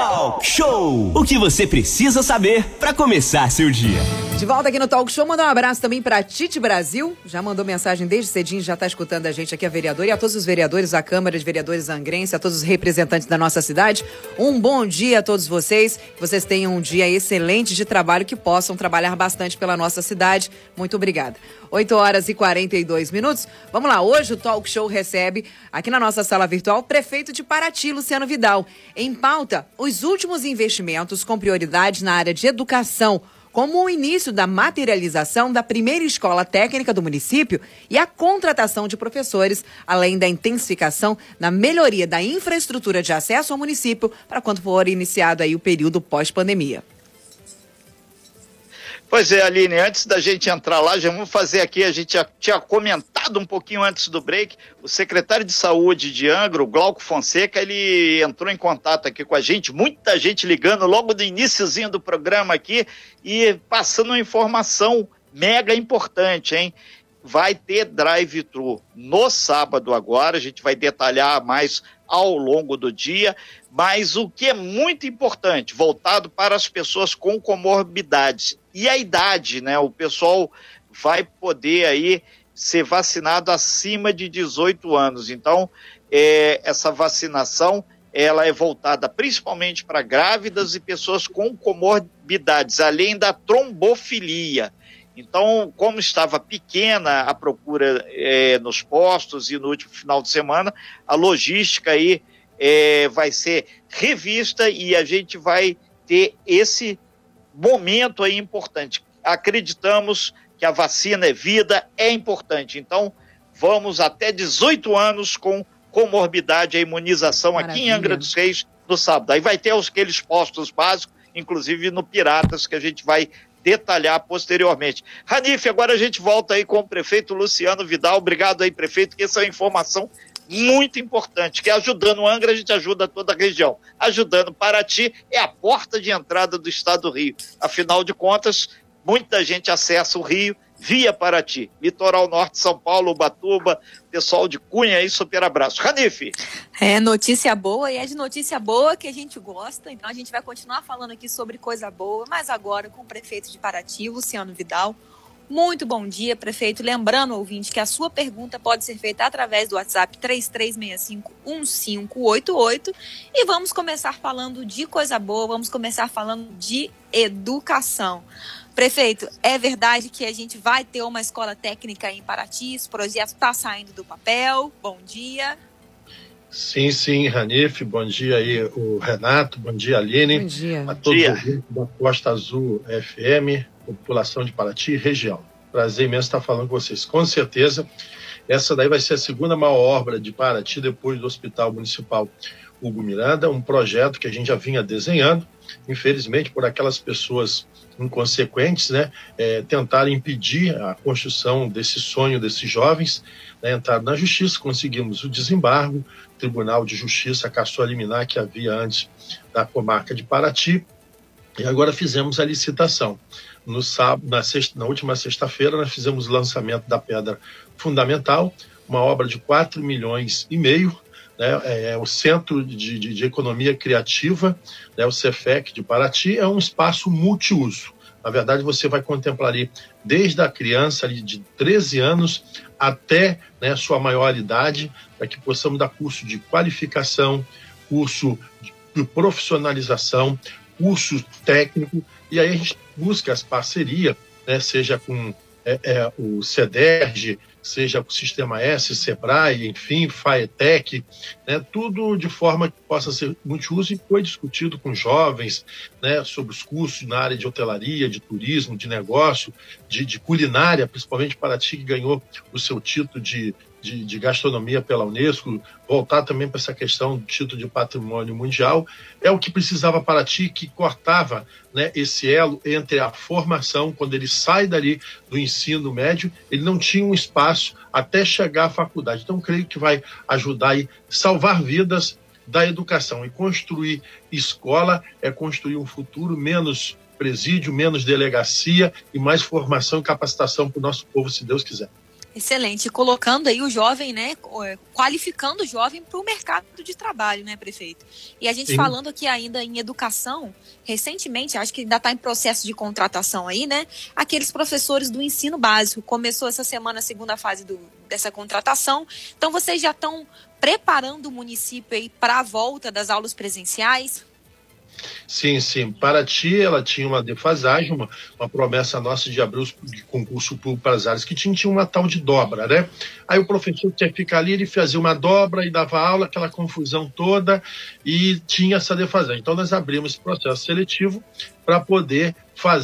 Talk Show! O que você precisa saber para começar seu dia. De volta aqui no Talk Show, mandar um abraço também pra Tite Brasil. Já mandou mensagem desde cedinho, já tá escutando a gente aqui, a vereadora, e a todos os vereadores da Câmara de Vereadores Angrense, a todos os representantes da nossa cidade. Um bom dia a todos vocês. Vocês tenham um dia excelente de trabalho, que possam trabalhar bastante pela nossa cidade. Muito obrigada. 8h42. Vamos lá, hoje o Talk Show recebe, aqui na nossa sala virtual, o prefeito de Paraty, Luciano Vidal. Em pauta, os últimos investimentos com prioridade na área de educação, como o início da materialização da primeira escola técnica do município e a contratação de professores, além da intensificação na melhoria da infraestrutura de acesso ao município para quando for iniciado aí o período pós-pandemia. Pois é, Aline, antes da gente entrar lá, já vamos fazer aqui, a gente já tinha comentado um pouquinho antes do break, o secretário de Saúde de Angra, o Glauco Fonseca, ele entrou em contato aqui com a gente, muita gente ligando logo do iniciozinho do programa aqui e passando uma informação mega importante, hein? Vai ter drive-thru no sábado agora, a gente vai detalhar mais ao longo do dia, mas o que é muito importante, voltado para as pessoas com comorbidades e a idade, né? O pessoal vai poder aí ser vacinado acima de 18 anos. Então, essa vacinação, ela é voltada principalmente para grávidas e pessoas com comorbidades, além da trombofilia. Então, como estava pequena a procura nos postos e no último final de semana, a logística aí vai ser revista e a gente vai ter esse momento aí importante. Acreditamos que a vacina é vida, é importante. Então, vamos até 18 anos com comorbidade, a imunização. Maravilha. Aqui em Angra dos Reis no sábado. Aí vai ter aqueles postos básicos, inclusive no Piratas, que a gente vai detalhar posteriormente. Ranif, agora a gente volta aí com o prefeito Luciano Vidal. Obrigado aí, prefeito, que essa é uma informação muito importante, que ajudando Angra, a gente ajuda toda a região. Ajudando Paraty é a porta de entrada do estado do Rio. Afinal de contas, muita gente acessa o Rio via Paraty. Litoral Norte, São Paulo, Ubatuba, pessoal de Cunha e super abraço. Ranif. É notícia boa e é de notícia boa que a gente gosta, então a gente vai continuar falando aqui sobre coisa boa, mas agora com o prefeito de Paraty, Luciano Vidal. Muito bom dia, prefeito. Lembrando, ouvinte, que a sua pergunta pode ser feita através do WhatsApp 3365-1588 e vamos começar falando de coisa boa, vamos começar falando de educação. Prefeito, é verdade que a gente vai ter uma escola técnica em Paraty? Esse projeto está saindo do papel? Bom dia. Sim, Ranif, bom dia aí o Renato, bom dia Aline, bom dia. A todos os ouvintes da Costa Azul FM, população de Paraty e região. Prazer imenso estar falando com vocês. Com certeza, essa daí vai ser a segunda maior obra de Paraty depois do Hospital Municipal Hugo Miranda, um projeto que a gente já vinha desenhando, infelizmente por aquelas pessoas inconsequentes, né, tentarem impedir a construção desse sonho desses jovens, né, entraram na justiça, conseguimos o desembargo, o Tribunal de Justiça cassou a liminar que havia antes da comarca de Paraty, e agora fizemos a licitação. No sábado, na última sexta-feira, nós fizemos o lançamento da pedra fundamental, uma obra de 4,5 milhões, né, o Centro de Economia Criativa, né, o Cefec de Paraty, é um espaço multiuso. Na verdade, você vai contemplar ali desde a criança ali de 13 anos até, né, sua maioridade, para que possamos dar curso de qualificação, curso de profissionalização, curso técnico, e aí a gente busca as parcerias, né, seja com o CEDERJ, seja com o Sistema S, Sebrae, enfim, FAETEC, né, tudo de forma que possa ser multiuso, e foi discutido com jovens, né, sobre os cursos na área de hotelaria, de turismo, de negócio, de culinária, principalmente Paraty, que ganhou o seu título de gastronomia pela Unesco, voltar também para essa questão do título de patrimônio mundial, é o que precisava Paraty, que cortava, né, esse elo entre a formação, quando ele sai dali do ensino médio, ele não tinha um espaço até chegar à faculdade. Então, creio que vai ajudar a salvar vidas da educação, e construir escola é construir um futuro menos presídio, menos delegacia e mais formação e capacitação para o nosso povo, se Deus quiser. Excelente, colocando aí o jovem, né, qualificando o jovem para o mercado de trabalho, né, prefeito? E a gente Sim. falando aqui ainda em educação, recentemente, acho que ainda está em processo de contratação aí, né, aqueles professores do ensino básico, começou essa semana a segunda fase dessa contratação, então vocês já estão preparando o município aí para a volta das aulas presenciais? Sim, sim. Paraty, ela tinha uma defasagem, uma promessa nossa de abrir de concurso público para as áreas que tinha uma tal de dobra, né? Aí o professor tinha que ficar ali, ele fazia uma dobra e dava aula, aquela confusão toda, e tinha essa defasagem. Então nós abrimos esse processo seletivo para poder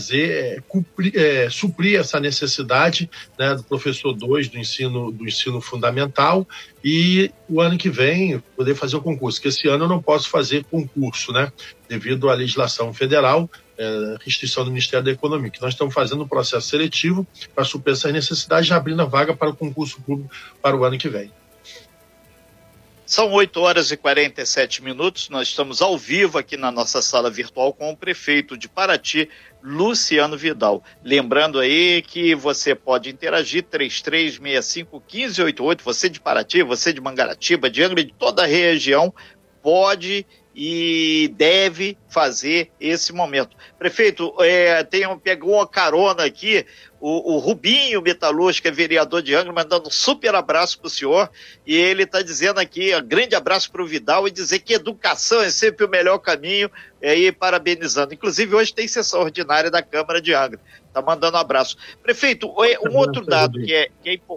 suprir essa necessidade, né, do professor 2 do ensino fundamental, e o ano que vem poder fazer o concurso, que esse ano eu não posso fazer concurso, né, devido à legislação federal, restrição do Ministério da Economia, que nós estamos fazendo um processo seletivo para suprir essas necessidades, abrindo a vaga para o concurso público para o ano que vem. São 8h47, nós estamos ao vivo aqui na nossa sala virtual com o prefeito de Paraty, Luciano Vidal. Lembrando aí que você pode interagir, 3365-1588, você de Paraty, você de Mangaratiba, de Angra, de toda a região, pode e deve fazer esse momento. Prefeito, pegou uma carona aqui, o Rubinho Metalúrgico, que é vereador de Angra, mandando um super abraço para o senhor, e ele está dizendo aqui, um grande abraço para o Vidal, e dizer que educação é sempre o melhor caminho, e parabenizando. Inclusive, hoje tem sessão ordinária da Câmara de Angra. Está mandando um abraço. Prefeito, um outro dado que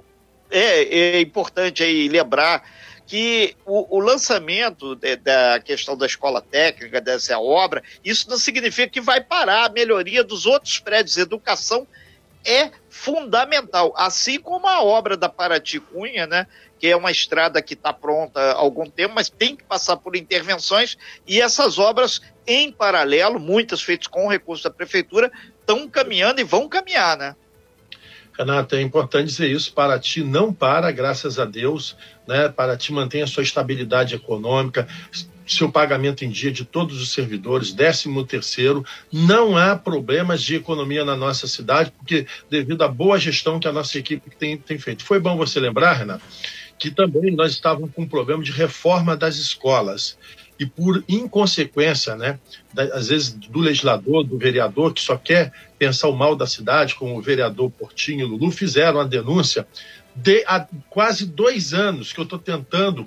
é importante aí lembrar, que o lançamento da questão da escola técnica, dessa obra, isso não significa que vai parar a melhoria dos outros prédios. Educação é fundamental, assim como a obra da Paraty Cunha, né, que é uma estrada que está pronta há algum tempo, mas tem que passar por intervenções, e essas obras em paralelo, muitas feitas com o recurso da prefeitura, estão caminhando e vão caminhar, né? Renato, é importante dizer isso, Paraty não para, graças a Deus, né? Paraty mantém a sua estabilidade econômica, seu pagamento em dia de todos os servidores, 13º, não há problemas de economia na nossa cidade, porque devido à boa gestão que a nossa equipe tem feito. Foi bom você lembrar, Renato, que também nós estávamos com um problema de reforma das escolas. E por inconsequência, né, às vezes do legislador, do vereador, que só quer pensar o mal da cidade, como o vereador Portinho e Lulu, fizeram a denúncia há quase 2 anos que eu estou tentando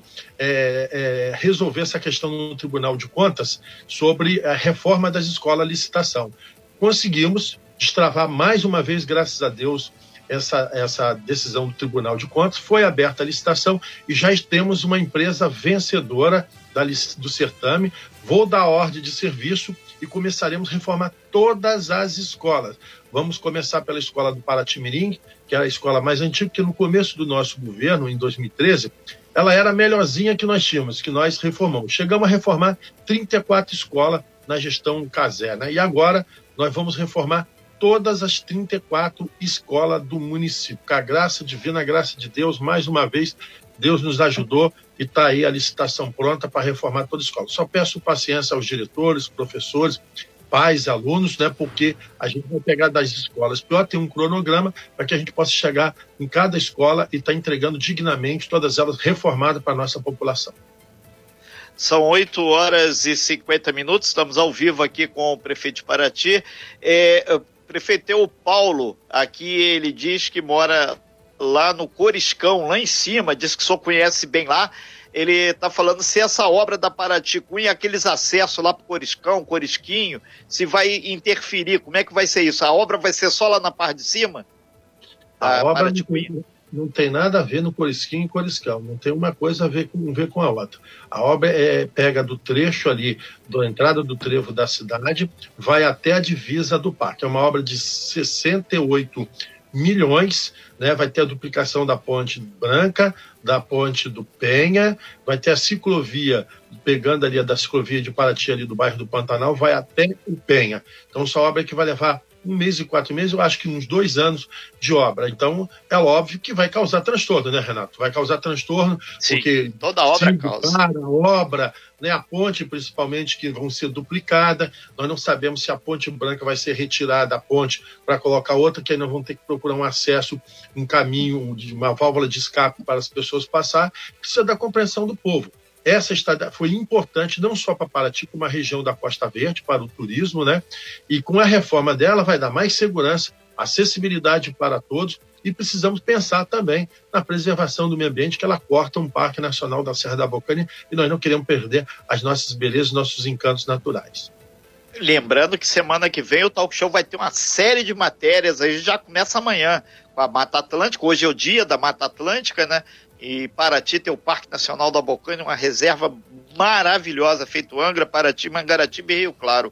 resolver essa questão no Tribunal de Contas sobre a reforma das escolas, licitação. Conseguimos destravar mais uma vez, graças a Deus, essa decisão do Tribunal de Contas, foi aberta a licitação e já temos uma empresa vencedora do certame. Vou dar ordem de serviço e começaremos a reformar todas as escolas. Vamos começar pela escola do Paraty-Mirim, que era a escola mais antiga, que no começo do nosso governo, em 2013, ela era a melhorzinha que nós tínhamos, que nós reformamos. Chegamos a reformar 34 escolas na gestão Casé, né? E agora nós vamos reformar todas as 34 escolas do município. Com a graça divina, a graça de Deus, mais uma vez, Deus nos ajudou e está aí a licitação pronta para reformar toda a escola. Só peço paciência aos diretores, professores, pais, alunos, né? Porque a gente vai pegar das escolas. Pior, tem um cronograma para que a gente possa chegar em cada escola e estar entregando dignamente todas elas reformadas para a nossa população. São 8h50, estamos ao vivo aqui com o prefeito de Paraty. Prefeito, o Paulo, aqui ele diz que mora lá no Coriscão, lá em cima, diz que só conhece bem lá. Ele está falando se essa obra da Paraty Cunha, aqueles acessos lá para o Coriscão, Corisquinho, se vai interferir, como é que vai ser isso? A obra vai ser só lá na parte de cima? A obra não tem nada a ver no Corisquinho e Coriscão, não tem uma coisa a ver com a outra. A obra pega do trecho ali, da entrada do trevo da cidade, vai até a divisa do parque. É uma obra de 68 milhões, né? Vai ter a duplicação da Ponte Branca, da Ponte do Penha, vai ter a ciclovia, pegando ali da ciclovia de Paraty, ali do bairro do Pantanal, vai até o Penha. Então, essa obra que vai levar 1 mês e 4 meses, eu acho que uns 2 anos de obra. Então, é óbvio que vai causar transtorno, né, Renato? Vai causar transtorno, Sim, porque toda obra causa. A obra, né, a ponte, principalmente, que vão ser duplicada. Nós não sabemos se a ponte branca vai ser retirada da ponte para colocar outra, que ainda vão ter que procurar um acesso, um caminho, uma válvula de escape para as pessoas passar. Precisa da compreensão do povo. Essa estrada foi importante não só para Paraty, como a região da Costa Verde, para o turismo, né? E com a reforma dela vai dar mais segurança, acessibilidade para todos, e precisamos pensar também na preservação do meio ambiente, que ela corta um Parque Nacional da Serra da Bocaina, e nós não queremos perder as nossas belezas, nossos encantos naturais. Lembrando que semana que vem o Talk Show vai ter uma série de matérias, aí já começa amanhã com a Mata Atlântica. Hoje é o dia da Mata Atlântica, né? E Paraty tem o Parque Nacional da Bocaina, uma reserva maravilhosa, feito Angra, Paraty, Mangaratiba e Rio Claro.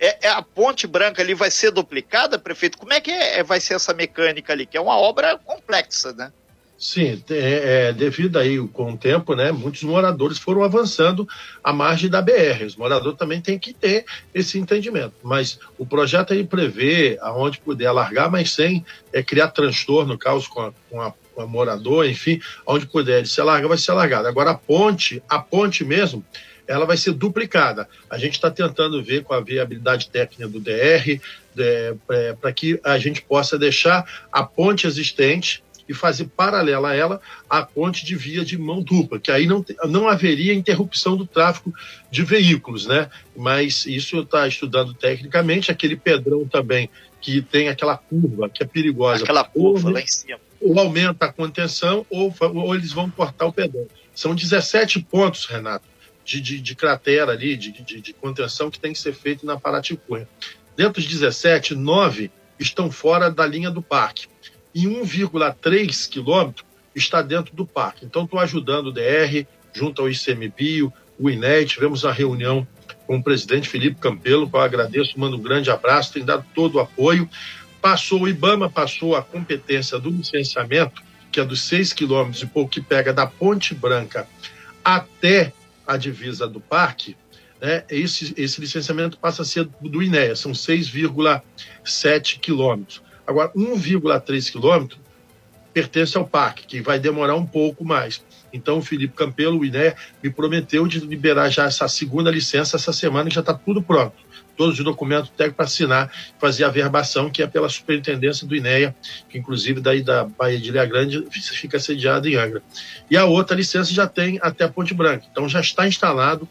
A Ponte Branca ali vai ser duplicada, prefeito? Como é que vai ser essa mecânica ali? Que é uma obra complexa, né? Sim, devido aí com o tempo, né, muitos moradores foram avançando à margem da BR. Os moradores também têm que ter esse entendimento. Mas o projeto aí prevê aonde puder alargar, mas sem criar transtorno, caos com a morador, enfim, onde puder se alargar, vai ser alargado. Agora, a ponte mesmo, ela vai ser duplicada. A gente está tentando ver com a viabilidade técnica do DR, para que a gente possa deixar a ponte existente e fazer paralela a ela a ponte de via de mão dupla, que aí não haveria interrupção do tráfego de veículos, né? Mas isso está estudando tecnicamente, aquele pedrão também, que tem aquela curva, que é perigosa. Aquela curva lá em cima. Ou aumenta a contenção, ou eles vão cortar o pedrão. São 17 pontos, Renato, de cratera ali, de contenção que tem que ser feito na Paraty-Cunha. Dentro dos 17, 9 estão fora da linha do parque. E 1,3 quilômetro está dentro do parque. Então, estou ajudando o DR, junto ao ICMBio, o INEA. Tivemos uma reunião com o presidente Felipe Campelo, que eu agradeço, mando um grande abraço, tem dado todo o apoio. O IBAMA passou a competência do licenciamento, que é dos 6 quilômetros e pouco, que pega da Ponte Branca até a divisa do parque, né? Esse licenciamento passa a ser do INEA, são 6,7 quilômetros. Agora, 1,3 quilômetro pertence ao parque, que vai demorar um pouco mais. Então, o Felipe Campelo, o INEA, me prometeu de liberar já essa segunda licença essa semana, e já está tudo pronto. Todos os documentos técnicos para assinar, fazer a verbação, que é pela superintendência do INEA, que inclusive daí da Baía de Ilha Grande fica sediada em Angra. E a outra licença já tem até a Ponte Branca. Então, já está instalado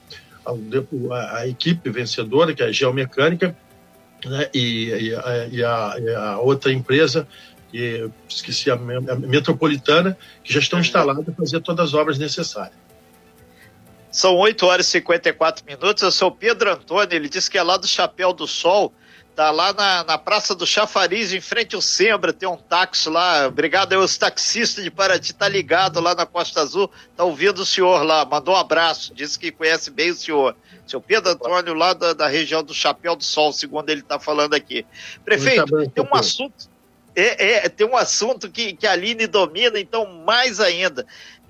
a equipe vencedora, que é a Geomecânica, né, e a outra empresa, que esqueci, a Metropolitana, que já estão instaladas para fazer todas as obras necessárias. São 8 horas e 54 minutos. Eu sou o Pedro Antônio, ele disse que é lá do Chapéu do Sol, tá lá na Praça do Chafariz, em frente ao Sembra, tem um táxi lá. Obrigado aí, os taxistas de Paraty, tá ligado lá na Costa Azul, tá ouvindo o senhor lá, mandou um abraço, disse que conhece bem o senhor. Seu Pedro Antônio, lá da região do Chapéu do Sol, segundo ele está falando aqui. Prefeito, tem um assunto, tem um assunto que a Aline domina, então mais ainda.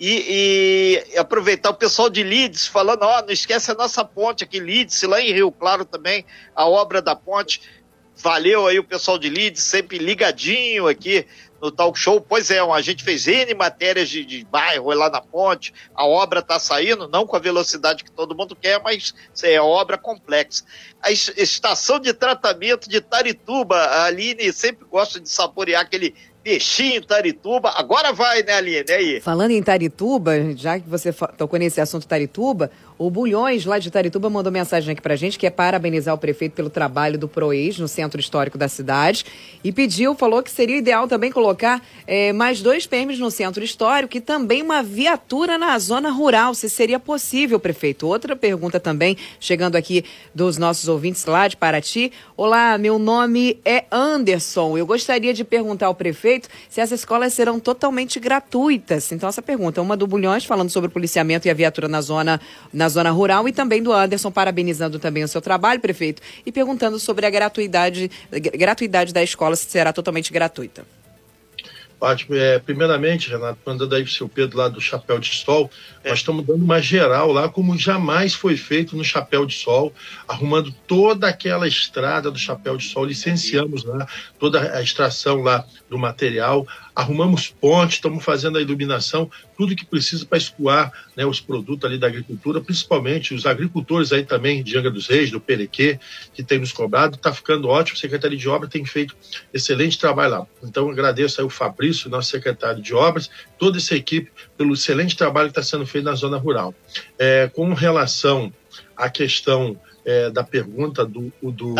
E aproveitar o pessoal de Lídice falando, não esquece a nossa ponte aqui, Lídice, lá em Rio Claro também, a obra da ponte. Valeu aí o pessoal de Lídice, sempre ligadinho aqui no Talk Show. Pois é, a gente fez N matérias de bairro lá na ponte, a obra está saindo, não com a velocidade que todo mundo quer, mas é obra complexa. A estação de tratamento de Itarituba, a Aline sempre gosta de saborear aquele peixinho Itarituba, agora vai, né, Aline? Aí. Falando em Itarituba, já que você tocou nesse assunto Itarituba, o Bulhões, lá de Itarituba, mandou mensagem aqui pra gente, que é parabenizar o prefeito pelo trabalho do PROES no centro histórico da cidade, e falou que seria ideal também colocar mais 2 PMs no centro histórico e também uma viatura na zona rural, se seria possível, prefeito. Outra pergunta também, chegando aqui dos nossos ouvintes lá de Paraty. Olá, meu nome é Anderson, eu gostaria de perguntar ao prefeito se as escolas serão totalmente gratuitas. Então, essa pergunta, uma do Bulhões, falando sobre o policiamento e a viatura na zona rural, e também do Anderson, parabenizando também o seu trabalho, prefeito, e perguntando sobre a gratuidade da escola, se será totalmente gratuita. Ótimo. Primeiramente, Renato, mandando aí para o seu Pedro lá do Chapéu de Sol, nós estamos dando uma geral lá, como jamais foi feito no Chapéu de Sol, arrumando toda aquela estrada do Chapéu de Sol, licenciamos lá toda a extração lá do material, arrumamos pontes, estamos fazendo a iluminação, tudo que precisa para escoar, né, os produtos ali da agricultura, principalmente os agricultores aí também de Angra dos Reis, do Perequê, que tem nos cobrado, está ficando ótimo, a Secretaria de Obras tem feito excelente trabalho lá. Então, agradeço aí o Fabrício, nosso secretário de Obras, toda essa equipe, pelo excelente trabalho que está sendo feito na zona rural. Com relação à questão da pergunta do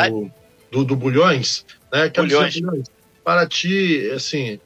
Bulhões, né? Bulhões. Paraty, assim,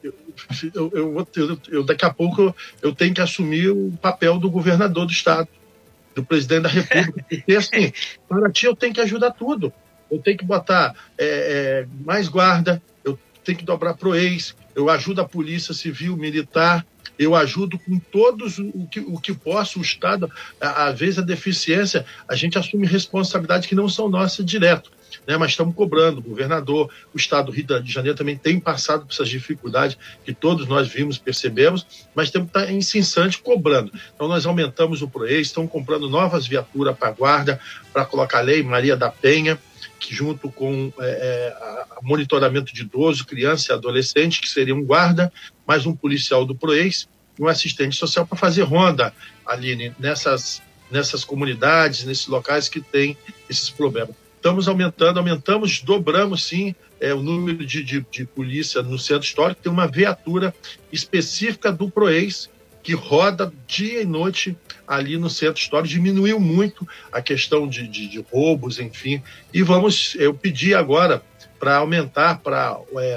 eu daqui a pouco eu tenho que assumir o papel do governador do estado, do presidente da República, porque assim, Paraty eu tenho que ajudar tudo. Eu tenho que botar mais guarda, eu tenho que dobrar PROEIS, eu ajudo a polícia civil, militar, eu ajudo com todos o que posso, o Estado, às vezes a deficiência, a gente assume responsabilidades que não são nossas direto, né? Mas estamos cobrando, o governador, o Estado do Rio de Janeiro também tem passado por essas dificuldades que todos nós vimos, percebemos, mas temos que estar incessante cobrando. Então nós aumentamos o PROEIS, estamos comprando novas viaturas para a guarda, para colocar a Lei Maria da Penha, que junto com monitoramento de idoso, criança e adolescente, que seria um guarda, mais um policial do PROEIS, um assistente social para fazer ronda, Aline, nessas comunidades, nesses locais que tem esses problemas. Estamos aumentamos, dobramos sim o número de polícia no centro histórico, tem uma viatura específica do PROEIS, que roda dia e noite ali no centro histórico, diminuiu muito a questão de roubos, enfim. E eu pedi agora para aumentar para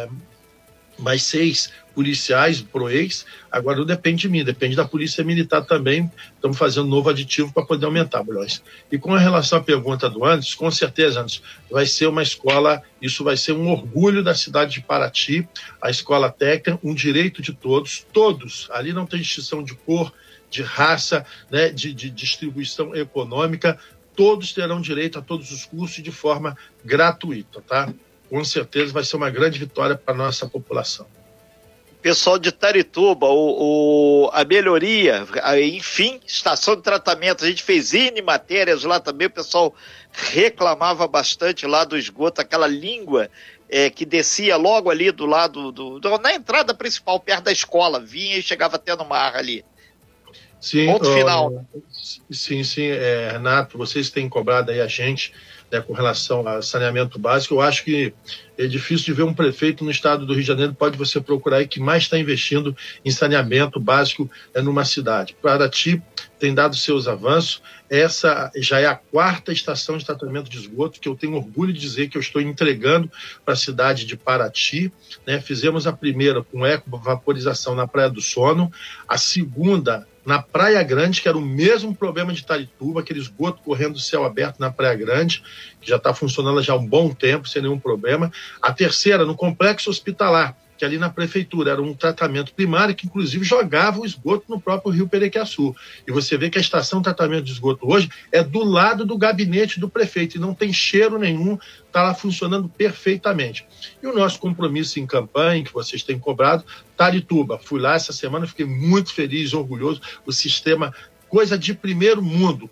mais 6 policiais, PROEIS, agora não depende de mim, depende da Polícia Militar também, estamos fazendo um novo aditivo para poder aumentar, Bulhões. E com relação à pergunta do Anderson, com certeza, Anderson, vai ser uma escola, isso vai ser um orgulho da cidade de Paraty, a escola técnica, um direito de todos, ali não tem distinção de cor, de raça, né, de distribuição econômica, todos terão direito a todos os cursos de forma gratuita, tá? Com certeza vai ser uma grande vitória para a nossa população. Pessoal de Itarituba, a melhoria, enfim, estação de tratamento, a gente fez matérias lá também, o pessoal reclamava bastante lá do esgoto, aquela língua que descia logo ali do lado, na entrada principal, perto da escola, vinha e chegava até no mar ali. Sim, ponto final. Né? Sim, Renato, vocês têm cobrado aí a gente, né, com relação a saneamento básico. Eu acho que é difícil de ver um prefeito no estado do Rio de Janeiro, pode você procurar aí, que mais está investindo em saneamento básico numa cidade. Paraty tem dado seus avanços. Essa já é a 4ª estação de tratamento de esgoto, que eu tenho orgulho de dizer que eu estou entregando para a cidade de Paraty, né? Fizemos a primeira com ecovaporização na Praia do Sono, a segunda na Praia Grande, que era o mesmo problema de Itarituba, aquele esgoto correndo do céu aberto na Praia Grande, que já está funcionando já há um bom tempo, sem nenhum problema. A terceira, no complexo hospitalar, que ali na prefeitura era um tratamento primário que inclusive jogava o esgoto no próprio Rio Perequiaçu. E você vê que a estação de tratamento de esgoto hoje é do lado do gabinete do prefeito e não tem cheiro nenhum, está lá funcionando perfeitamente. E o nosso compromisso em campanha, que vocês têm cobrado, Itarituba. Fui lá essa semana, fiquei muito feliz, orgulhoso, o sistema, coisa de primeiro mundo,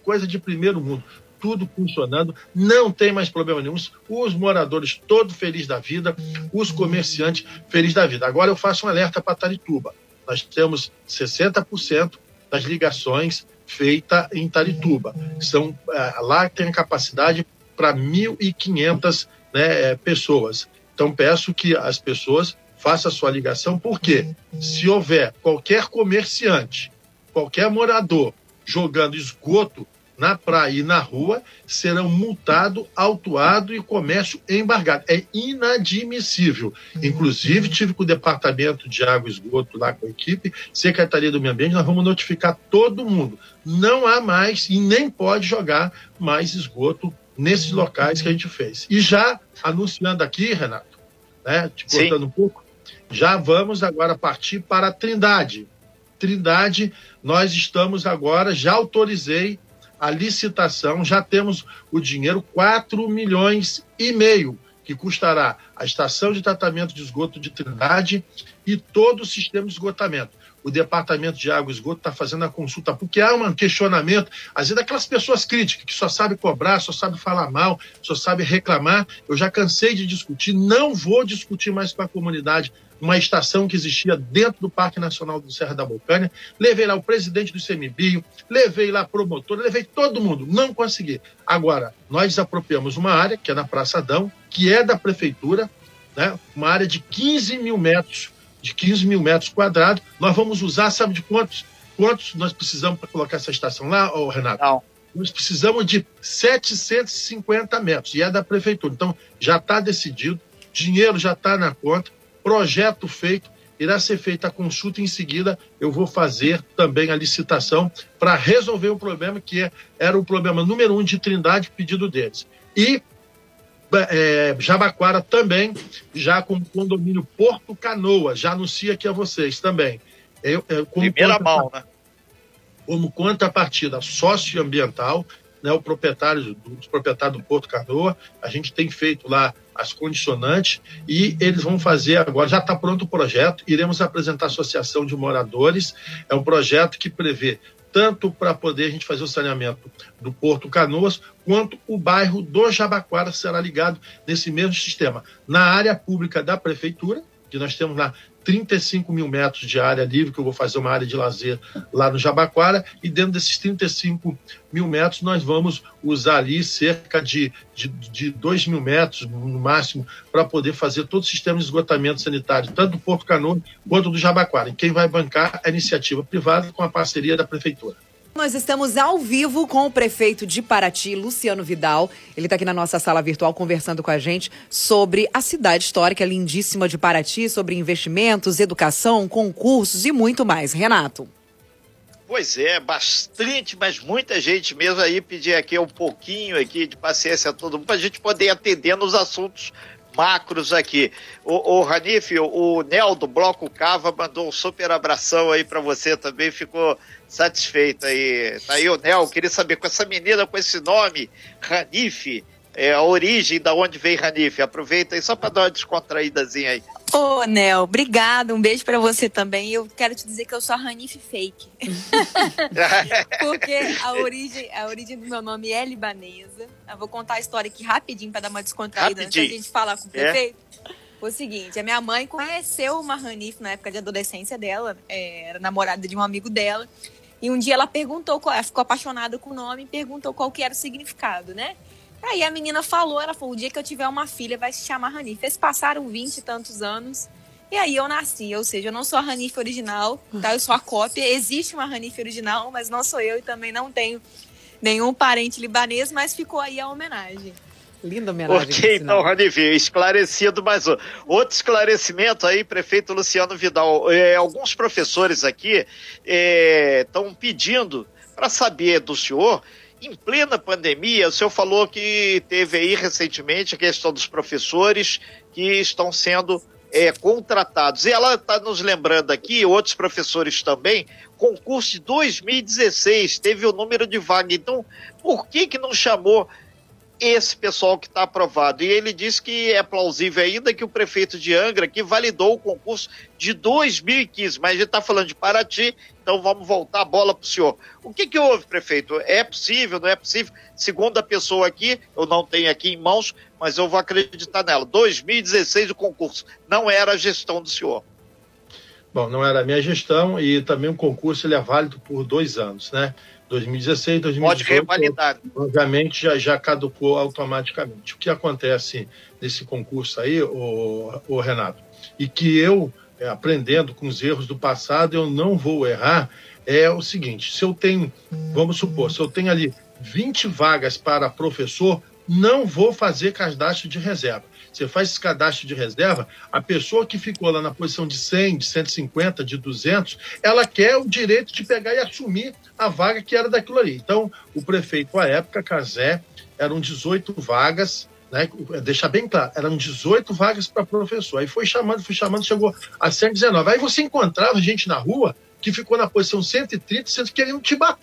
tudo funcionando, não tem mais problema nenhum, os moradores todos felizes da vida, os comerciantes felizes da vida. Agora eu faço um alerta para Itarituba. Nós temos 60% das ligações feitas em Itarituba. Lá tem capacidade para 1.500, né, pessoas. Então peço que as pessoas façam a sua ligação, porque se houver qualquer comerciante, qualquer morador jogando esgoto na praia e na rua, serão multados, autuados e comércio embargado. É inadmissível. Inclusive, tive com o Departamento de Água e Esgoto lá com a equipe, Secretaria do Meio Ambiente, nós vamos notificar todo mundo. Não há mais e nem pode jogar mais esgoto nesses locais que a gente fez. E já anunciando aqui, Renato, né, te cortando um pouco, já vamos agora partir para a Trindade. Trindade, nós estamos agora, já autorizei a licitação, já temos o dinheiro, 4,5 milhões que custará a estação de tratamento de esgoto de Trindade e todo o sistema de esgotamento. O Departamento de Água e Esgoto está fazendo a consulta, porque há um questionamento, às vezes, daquelas pessoas críticas, que só sabem cobrar, só sabem falar mal, só sabem reclamar. Eu já cansei de discutir, não vou discutir mais com a comunidade uma estação que existia dentro do Parque Nacional do Serra da Bocaina. Levei lá o presidente do ICMBio, levei lá promotor, levei todo mundo, não consegui. Agora, nós desapropriamos uma área, que é na Praça Adão, que é da Prefeitura, né? Uma área de 15 mil metros quadrados. Nós vamos usar, sabe de quantos nós precisamos para colocar essa estação lá, Renato? Não. Nós precisamos de 750 metros, e é da Prefeitura. Então, já está decidido, dinheiro já está na conta, projeto feito, irá ser feita a consulta em seguida. Eu vou fazer também a licitação para resolver o problema que era o problema número 1 de Trindade, pedido deles. E Jabaquara também, já com o condomínio Porto Canoa, já anuncia aqui a vocês também. Primeira mão, né? Como contrapartida socioambiental, né, os proprietários do Porto Canoa, a gente tem feito lá as condicionantes e eles vão fazer agora, já está pronto o projeto, iremos apresentar a Associação de Moradores, é um projeto que prevê tanto para poder a gente fazer o saneamento do Porto Canoas, quanto o bairro do Jabaquara será ligado nesse mesmo sistema. Na área pública da Prefeitura, que nós temos lá 35 mil metros de área livre, que eu vou fazer uma área de lazer lá no Jabaquara, e dentro desses 35 mil metros nós vamos usar ali cerca de 2 mil metros, no máximo, para poder fazer todo o sistema de esgotamento sanitário, tanto do Porto Canoa quanto do Jabaquara. E quem vai bancar é a iniciativa privada com a parceria da Prefeitura. Nós estamos ao vivo com o prefeito de Paraty, Luciano Vidal. Ele está aqui na nossa sala virtual conversando com a gente sobre a cidade histórica lindíssima de Paraty, sobre investimentos, educação, concursos e muito mais. Renato. Pois é, bastante, mas muita gente mesmo aí pedir aqui um pouquinho aqui de paciência a todo mundo para a gente poder atender nos assuntos macros aqui. O Ranif, o Nel do Bloco Cava mandou um super abração aí para você também, ficou satisfeito aí. Tá aí o Nel, queria saber, com essa menina com esse nome, Ranif, a origem da onde vem Ranif, aproveita aí só para dar uma descontraídazinha aí. Ô, Nel, obrigada, um beijo pra você também. Eu quero te dizer que eu sou a Ranif fake. Porque a origem do meu nome é libanesa. Eu vou contar a história aqui rapidinho pra dar uma descontraída antes da gente falar com o prefeito. Foi o seguinte, a minha mãe conheceu uma Ranif na época de adolescência dela, era namorada de um amigo dela, e um dia ela ficou apaixonada com o nome e perguntou qual que era o significado, né? Aí a menina falou, o dia que eu tiver uma filha vai se chamar Ranif. Eles passaram 20 e tantos anos e aí eu nasci, ou seja, eu não sou a Ranif original, tá? Eu sou a cópia. Existe uma Ranif original, mas não sou eu e também não tenho nenhum parente libanês, mas ficou aí a homenagem. Linda homenagem. Ok, então, Ranif, esclarecido mais um. Outro esclarecimento aí, prefeito Luciano Vidal. Alguns professores aqui estão pedindo para saber do senhor. Em plena pandemia, o senhor falou que teve aí recentemente a questão dos professores que estão sendo contratados. E ela está nos lembrando aqui, outros professores também, concurso de 2016, teve o número de vaga. Então, por que não chamou esse pessoal que está aprovado? E ele disse que é plausível ainda que o prefeito de Angra que validou o concurso de 2015, mas a gente está falando de Paraty, então vamos voltar a bola para o senhor. O que houve, prefeito? É possível, não é possível? Segundo a pessoa aqui, eu não tenho aqui em mãos, mas eu vou acreditar nela. 2016 o concurso, não era a gestão do senhor. Bom, não era a minha gestão e também o concurso ele é válido por 2 anos, né? 2016, 2018, pode revalidar. Obviamente já caducou automaticamente. O que acontece nesse concurso aí, o Renato, e que eu, aprendendo com os erros do passado, eu não vou errar, é o seguinte, se eu tenho, vamos supor, se eu tenho ali 20 vagas para professor, não vou fazer cadastro de reserva. Você faz esse cadastro de reserva, a pessoa que ficou lá na posição de 100, de 150, de 200, ela quer o direito de pegar e assumir a vaga que era daquilo ali. Então, o prefeito, à época, Cazé, eram 18 vagas, né? Deixa bem claro, eram 18 vagas para professor. Aí foi chamando, chegou a 119. Aí você encontrava gente na rua que ficou na posição 130, querendo te bater.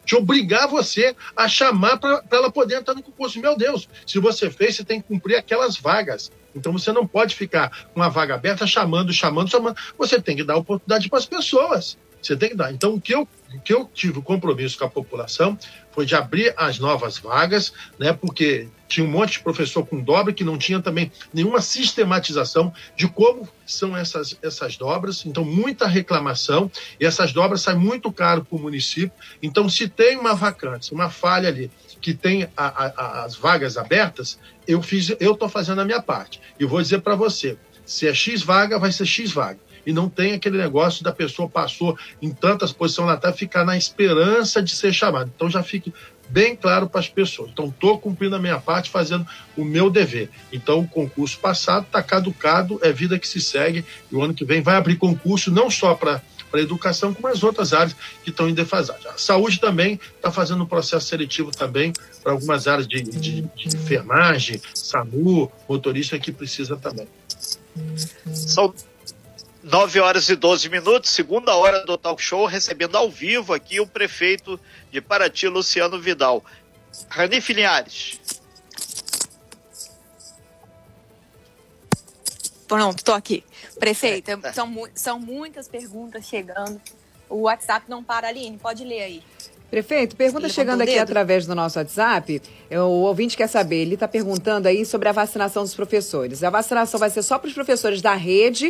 de obrigar você a chamar para ela poder entrar no concurso. Meu Deus, se você fez, você tem que cumprir aquelas vagas. Então você não pode ficar com a vaga aberta chamando. Você tem que dar oportunidade para as pessoas. Você tem que dar. Então, o que eu tive o compromisso com a população foi de abrir as novas vagas, né? Porque tinha um monte de professor com dobra que não tinha também nenhuma sistematização de como são essas dobras. Então, muita reclamação, e essas dobras saem muito caro para o município. Então, se tem uma vacância, uma falha ali, que tem as vagas abertas, eu estou fazendo a minha parte. E vou dizer para você, se é X vaga, vai ser X vaga. E não tem aquele negócio da pessoa passou em tantas posições lá atrás, ficar na esperança de ser chamado. Então já fique bem claro para as pessoas. Então estou cumprindo a minha parte, fazendo o meu dever. Então o concurso passado está caducado, é vida que se segue, e o ano que vem vai abrir concurso não só para a educação, como as outras áreas que estão em defasagem. A saúde também está fazendo um processo seletivo também para algumas áreas de enfermagem, SAMU, motorista que precisa também. São 9h12, segunda hora do Talk Show, recebendo ao vivo aqui o prefeito de Paraty, Luciano Vidal. Rani Linhares. Pronto, tô aqui. Prefeita, são muitas perguntas chegando. O WhatsApp não para, Aline, pode ler aí. Prefeito, pergunta chegando aqui através do nosso WhatsApp. O ouvinte quer saber, ele está perguntando aí sobre a vacinação dos professores. A vacinação vai ser só para os professores da rede,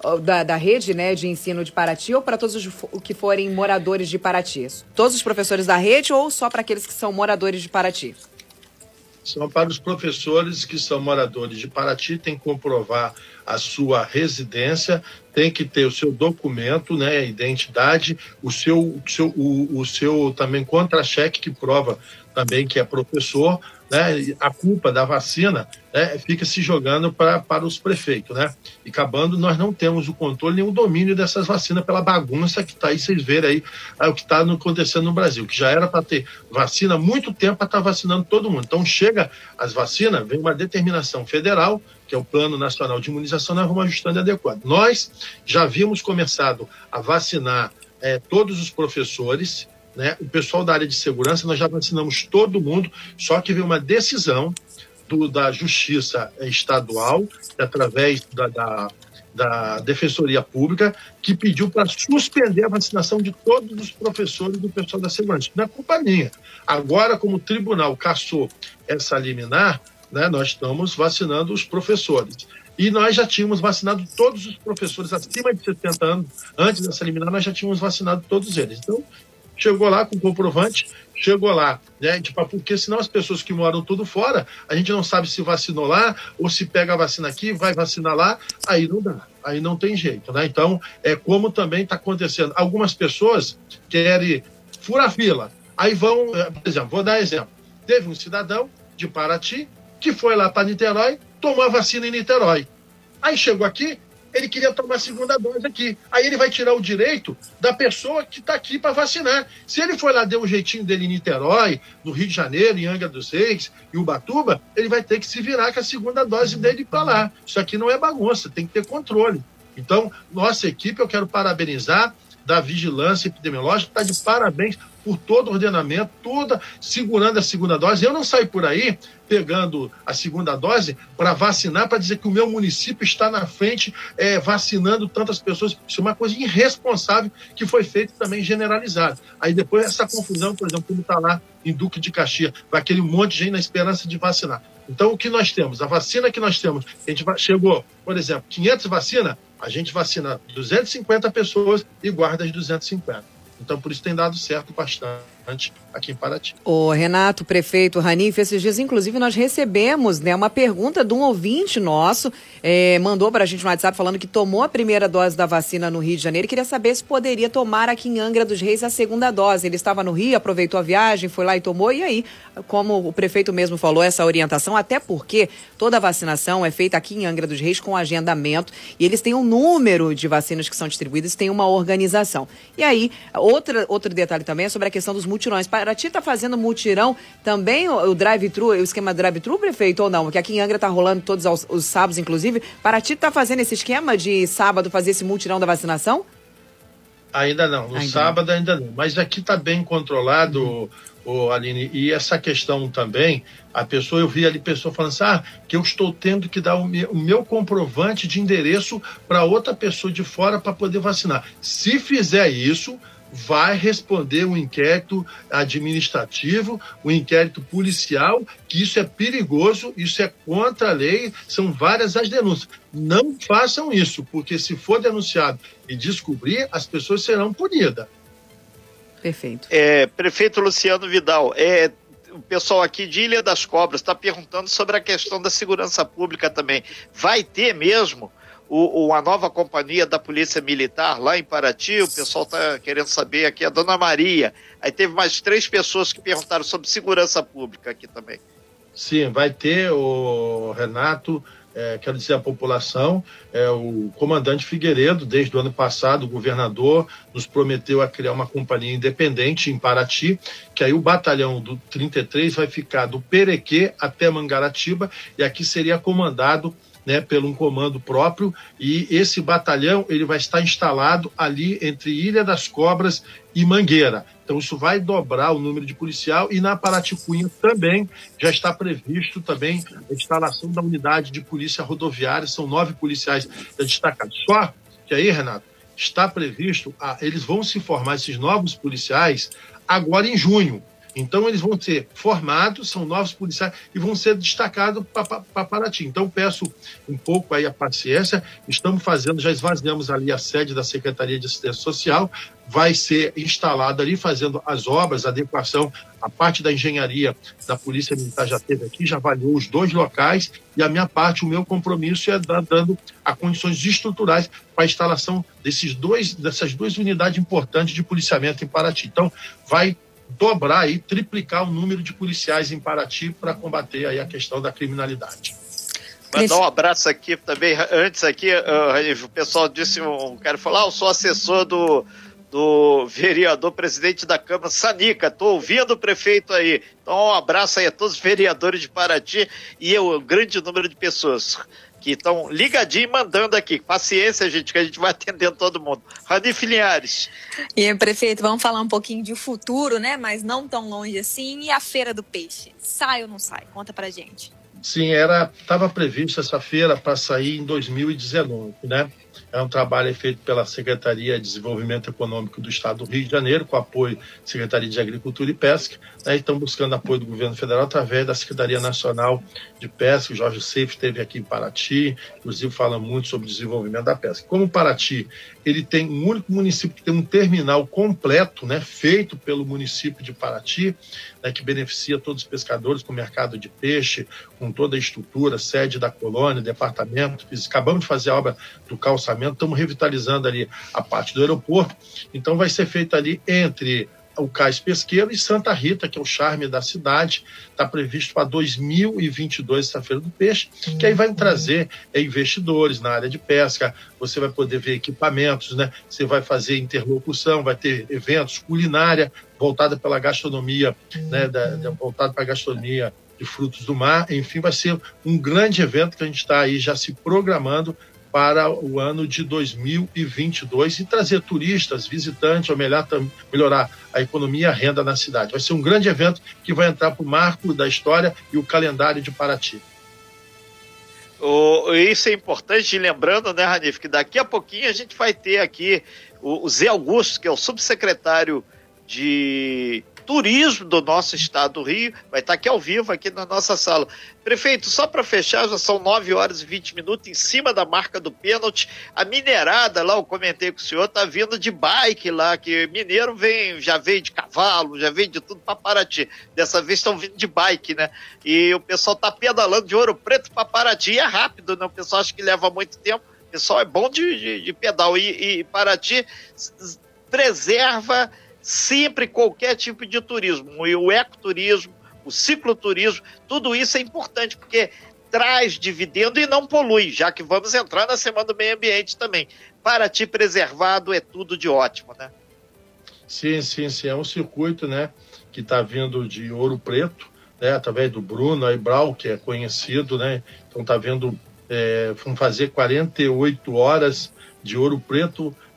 né, de ensino de Paraty, ou para todos os que forem moradores de Paraty? Todos os professores da rede ou só para aqueles que são moradores de Paraty? São para os professores que são moradores de Paraty, tem que comprovar a sua residência, tem que ter o seu documento, né, a identidade, o seu também contra-cheque que prova também que é professor, né, a culpa da vacina, né, fica se jogando para os prefeitos, né? E acabando, nós não temos o controle nem o domínio dessas vacinas pela bagunça que está aí, vocês verem aí o que está acontecendo no Brasil, que já era para ter vacina há muito tempo para estar vacinando todo mundo. Então chega as vacinas, vem uma determinação federal, que é o Plano Nacional de Imunização, nós vamos ajustando e adequando. Nós já havíamos começado a vacinar todos os professores, né? O pessoal da área de segurança, nós já vacinamos todo mundo, só que veio uma decisão da Justiça Estadual, através da Defensoria Pública, que pediu para suspender a vacinação de todos os professores do pessoal da segurança. Não é culpa minha. Agora, como o tribunal cassou essa liminar, né, nós estamos vacinando os professores. E nós já tínhamos vacinado todos os professores acima de 70 anos. Antes dessa liminar, nós já tínhamos vacinado todos eles. Então, chegou lá com comprovante, chegou lá, né? Tipo, porque senão as pessoas que moram tudo fora, a gente não sabe se vacinou lá ou se pega a vacina aqui, vai vacinar lá, aí não dá, aí não tem jeito, né? Então, como também está acontecendo. Algumas pessoas querem furar fila, aí vão, por exemplo, vou dar exemplo. Teve um cidadão de Paraty que foi lá para Niterói, tomou a vacina em Niterói. Aí chegou aqui, ele queria tomar a segunda dose aqui. Aí ele vai tirar o direito da pessoa que está aqui para vacinar. Se ele foi lá, deu um jeitinho dele em Niterói, no Rio de Janeiro, em Angra dos Reis, em Ubatuba, ele vai ter que se virar com a segunda dose dele para lá. Isso aqui não é bagunça, tem que ter controle. Então, nossa equipe, eu quero parabenizar da Vigilância Epidemiológica, está de parabéns por todo o ordenamento, toda segurando a segunda dose. Eu não saio por aí pegando a segunda dose para vacinar, para dizer que o meu município está na frente vacinando tantas pessoas. Isso é uma coisa irresponsável que foi feita também generalizada. Aí depois essa confusão, por exemplo, como está lá em Duque de Caxias, vai aquele monte de gente na esperança de vacinar. Então o que nós temos? A vacina que nós temos, a gente chegou, por exemplo, 500 vacinas, a gente vacina 250 pessoas e guarda as 250. Então, por isso tem dado certo bastante aqui em Paraty. Ô, Renato, prefeito Ranif, esses dias, inclusive, nós recebemos, né, uma pergunta de um ouvinte nosso, mandou para a gente no WhatsApp falando que tomou a primeira dose da vacina no Rio de Janeiro e queria saber se poderia tomar aqui em Angra dos Reis a segunda dose. Ele estava no Rio, aproveitou a viagem, foi lá e tomou, e aí, como o prefeito mesmo falou, essa orientação, até porque toda a vacinação é feita aqui em Angra dos Reis com agendamento, e eles têm um número de vacinas que são distribuídas, tem uma organização. E aí, outro detalhe também é sobre a questão dos mutirões. Paraty está fazendo mutirão também, o drive-thru, o esquema drive-thru, prefeito, ou não? Porque aqui em Angra está rolando todos os sábados, inclusive. Paraty está fazendo esse esquema de sábado fazer esse mutirão da vacinação? Ainda não, no sábado ainda não. Mas aqui está bem controlado, Aline, e essa questão também, eu vi ali pessoa falando assim, que eu estou tendo que dar o meu comprovante de endereço para outra pessoa de fora para poder vacinar. Se fizer isso, vai responder um inquérito administrativo, um inquérito policial, que isso é perigoso, isso é contra a lei, são várias as denúncias. Não façam isso, porque se for denunciado e descobrir, as pessoas serão punidas. Perfeito. Prefeito Luciano Vidal, o pessoal aqui de Ilha das Cobras está perguntando sobre a questão da segurança pública também. Vai ter mesmo a nova companhia da Polícia Militar lá em Paraty? O pessoal está querendo saber aqui, a Dona Maria. Aí teve mais 3 pessoas que perguntaram sobre segurança pública aqui também. Sim, vai ter, o Renato, quero dizer a população, o comandante Figueiredo, desde o ano passado, o governador nos prometeu a criar uma companhia independente em Paraty, que aí o batalhão do 33 vai ficar do Perequê até Mangaratiba, e aqui seria comandado pelo um comando próprio, e esse batalhão ele vai estar instalado ali entre Ilha das Cobras e Mangueira. Então isso vai dobrar o número de policial, e na Paraticunha também já está previsto também a instalação da unidade de polícia rodoviária, são 9 policiais destacados. Só que aí, Renato, está previsto, eles vão se formar, esses novos policiais, agora em junho. Então, eles vão ser formados, são novos policiais, e vão ser destacados para Paraty. Então, peço um pouco aí a paciência. Estamos fazendo, já esvaziamos ali a sede da Secretaria de Assistência Social, vai ser instalado ali, fazendo as obras, a adequação, a parte da engenharia da Polícia Militar já esteve aqui, já avaliou os 2 locais, e a minha parte, o meu compromisso é dando a condições estruturais para a instalação dessas 2 unidades importantes de policiamento em Paraty. Então, vai dobrar e triplicar o número de policiais em Paraty para combater aí a questão da criminalidade. Mandar um abraço aqui também. Antes aqui, o pessoal disse, quero falar, eu sou assessor do vereador presidente da Câmara, Sanica, estou ouvindo o prefeito aí. Então, um abraço aí a todos os vereadores de Paraty e o grande número de pessoas que estão ligadinhos e mandando aqui. Paciência, gente, que a gente vai atendendo todo mundo. Ranif Linhares. E, prefeito, vamos falar um pouquinho de futuro, né? Mas não tão longe assim. E a Feira do Peixe? Sai ou não sai? Conta pra gente. Sim, estava prevista essa feira para sair em 2019, né? É um trabalho feito pela Secretaria de Desenvolvimento Econômico do Estado do Rio de Janeiro, com apoio da Secretaria de Agricultura e Pesca, né? Estão buscando apoio do Governo Federal através da Secretaria Nacional de Pesca. O Jorge Seif esteve aqui em Paraty, inclusive fala muito sobre o desenvolvimento da pesca. Como Paraty, ele tem um único município que tem um terminal completo, né, feito pelo município de Paraty, né, que beneficia todos os pescadores com mercado de peixe, com toda a estrutura, sede da colônia, departamento. Acabamos de fazer a obra do calçamento, estamos revitalizando ali a parte do aeroporto. Então vai ser feito ali entre o Cais Pesqueiro e Santa Rita, que é o charme da cidade. Está previsto para 2022 essa Feira do Peixe, que aí vai trazer investidores na área de pesca, você vai poder ver equipamentos, né? Você vai fazer interlocução, vai ter eventos, culinária voltada pela gastronomia, né? Voltada para a gastronomia de frutos do mar. Enfim, vai ser um grande evento que a gente está aí já se programando para o ano de 2022 e trazer turistas, visitantes, ou melhorar a economia e a renda na cidade. Vai ser um grande evento que vai entrar para o marco da história e o calendário de Paraty. Isso é importante, lembrando, né, Ranif, que daqui a pouquinho a gente vai ter aqui o Zé Augusto, que é o subsecretário de Turismo do nosso estado do Rio, vai estar aqui ao vivo, aqui na nossa sala. Prefeito, só para fechar, já são 9h20, em cima da marca do pênalti. A mineirada lá, eu comentei com o senhor, tá vindo de bike lá, que mineiro já veio de cavalo, já veio de tudo para Paraty. Dessa vez estão vindo de bike, né? E o pessoal tá pedalando de Ouro Preto para Paraty, é rápido, né? O pessoal acha que leva muito tempo, o pessoal é bom de pedal. E Paraty preserva sempre qualquer tipo de turismo, e o ecoturismo, o cicloturismo, tudo isso é importante, porque traz dividendo e não polui, já que vamos entrar na Semana do Meio Ambiente também. Paraty preservado é tudo de ótimo, né? Sim, é um circuito, né, que está vindo de Ouro Preto, né, através do Bruno Aibral, que é conhecido, né, então está vindo, vão fazer 48 horas de Ouro Preto,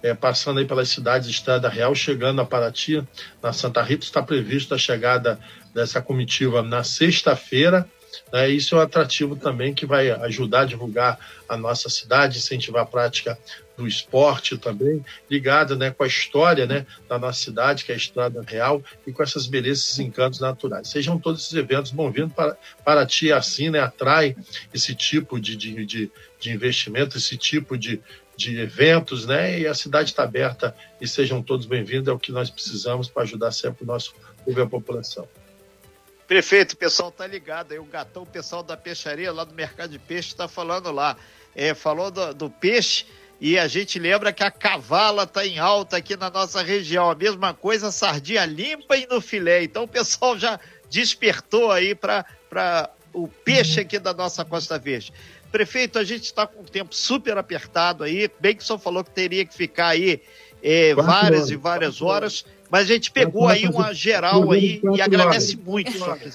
passando aí pelas cidades de Estrada Real, chegando a Paraty, na Santa Rita. Está prevista a chegada dessa comitiva na sexta-feira. Isso é um atrativo também que vai ajudar a divulgar a nossa cidade, incentivar a prática do esporte também, ligado, com a história, da nossa cidade, que é a Estrada Real, e com essas belezas e encantos naturais. Sejam todos esses eventos bem-vindos. Paraty assim, atrai esse tipo de investimento, esse tipo de eventos, e a cidade está aberta, e sejam todos bem-vindos, é o que nós precisamos para ajudar sempre o nosso povo e a população. Prefeito, o pessoal tá ligado aí, o Gatão, o pessoal da peixaria lá do Mercado de Peixe está falando lá, falou do peixe, e a gente lembra que a cavala tá em alta aqui na nossa região, a mesma coisa, sardinha limpa e no filé, então o pessoal já despertou aí para o peixe aqui da nossa Costa Verde. Prefeito, a gente está com o tempo super apertado aí, bem que o senhor falou que teria que ficar aí várias e várias horas, mas a gente pegou aí uma geral aí e agradece muito.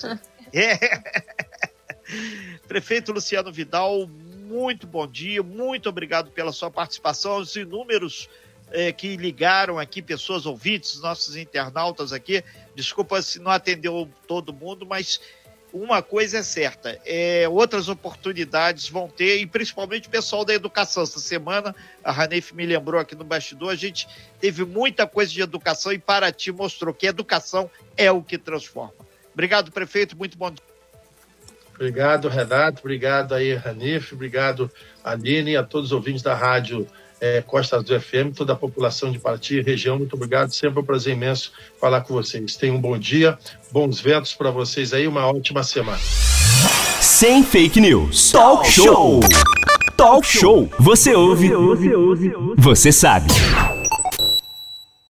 Prefeito Luciano Vidal, muito bom dia, muito obrigado pela sua participação, os inúmeros que ligaram aqui, pessoas ouvintes, nossos internautas aqui, desculpa se não atendeu todo mundo, mas uma coisa é certa, outras oportunidades vão ter, e principalmente o pessoal da educação. Essa semana, a Ranif me lembrou aqui no bastidor, a gente teve muita coisa de educação e Paraty mostrou que educação é o que transforma. Obrigado, prefeito, muito bom dia. Obrigado, Renato, obrigado aí, Ranif, obrigado, Aline, a todos os ouvintes da rádio Costa Azul FM, toda a população de Paraty e região, muito obrigado, sempre é um prazer imenso falar com vocês. Tenham um bom dia, bons ventos para vocês aí, uma ótima semana. Sem fake news. Talk Show. Talk Show. Você ouve. Você sabe.